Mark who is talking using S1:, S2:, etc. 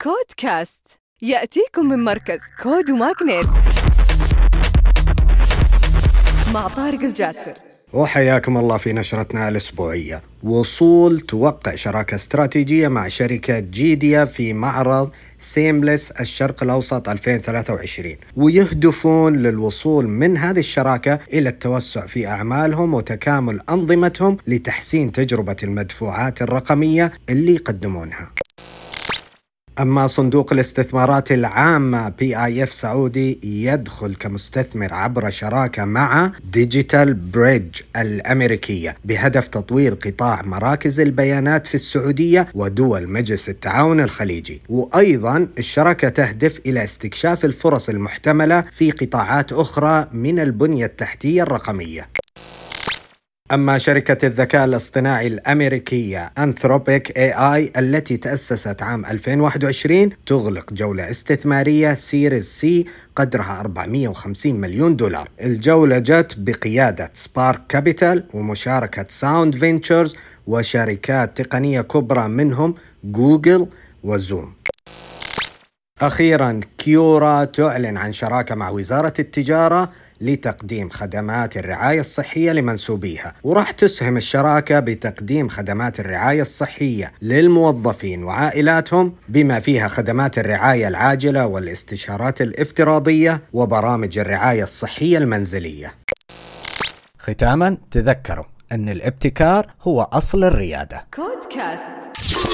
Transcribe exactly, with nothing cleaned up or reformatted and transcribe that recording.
S1: كودكاست يأتيكم من مركز كود وماغنيت مع طارق الجاسر.
S2: وحياكم الله في نشرتنا الأسبوعية. وصول توقع شراكة استراتيجية مع شركة جيديا في معرض سيملس الشرق الأوسط ألفين وثلاثة وعشرين، ويهدفون للوصول من هذه الشراكة إلى التوسع في أعمالهم وتكامل أنظمتهم لتحسين تجربة المدفوعات الرقمية اللي يقدمونها. أما صندوق الاستثمارات العامة بي آي إف سعودي يدخل كمستثمر عبر شراكة مع ديجيتال بريدج الأمريكية بهدف تطوير قطاع مراكز البيانات في السعودية ودول مجلس التعاون الخليجي. وأيضا الشراكة تهدف إلى استكشاف الفرص المحتملة في قطاعات أخرى من البنية التحتية الرقمية. أما شركة الذكاء الاصطناعي الأمريكية أنثروبيك إيه آي التي تأسست عام ألفين وواحد وعشرين تغلق جولة استثمارية سيريز سي قدرها أربعمئة وخمسين مليون دولار. الجولة جت بقيادة سبارك كابيتال ومشاركة ساوند فينتشرز وشركات تقنية كبرى منهم جوجل وزوم. أخيراً كيورا تعلن عن شراكة مع وزارة التجارة لتقديم خدمات الرعاية الصحية لمنسوبيها، وراح تسهم الشراكة بتقديم خدمات الرعاية الصحية للموظفين وعائلاتهم بما فيها خدمات الرعاية العاجلة والاستشارات الافتراضية وبرامج الرعاية الصحية المنزلية. ختاماً تذكروا أن الابتكار هو أصل الريادة.
S1: كودكاست.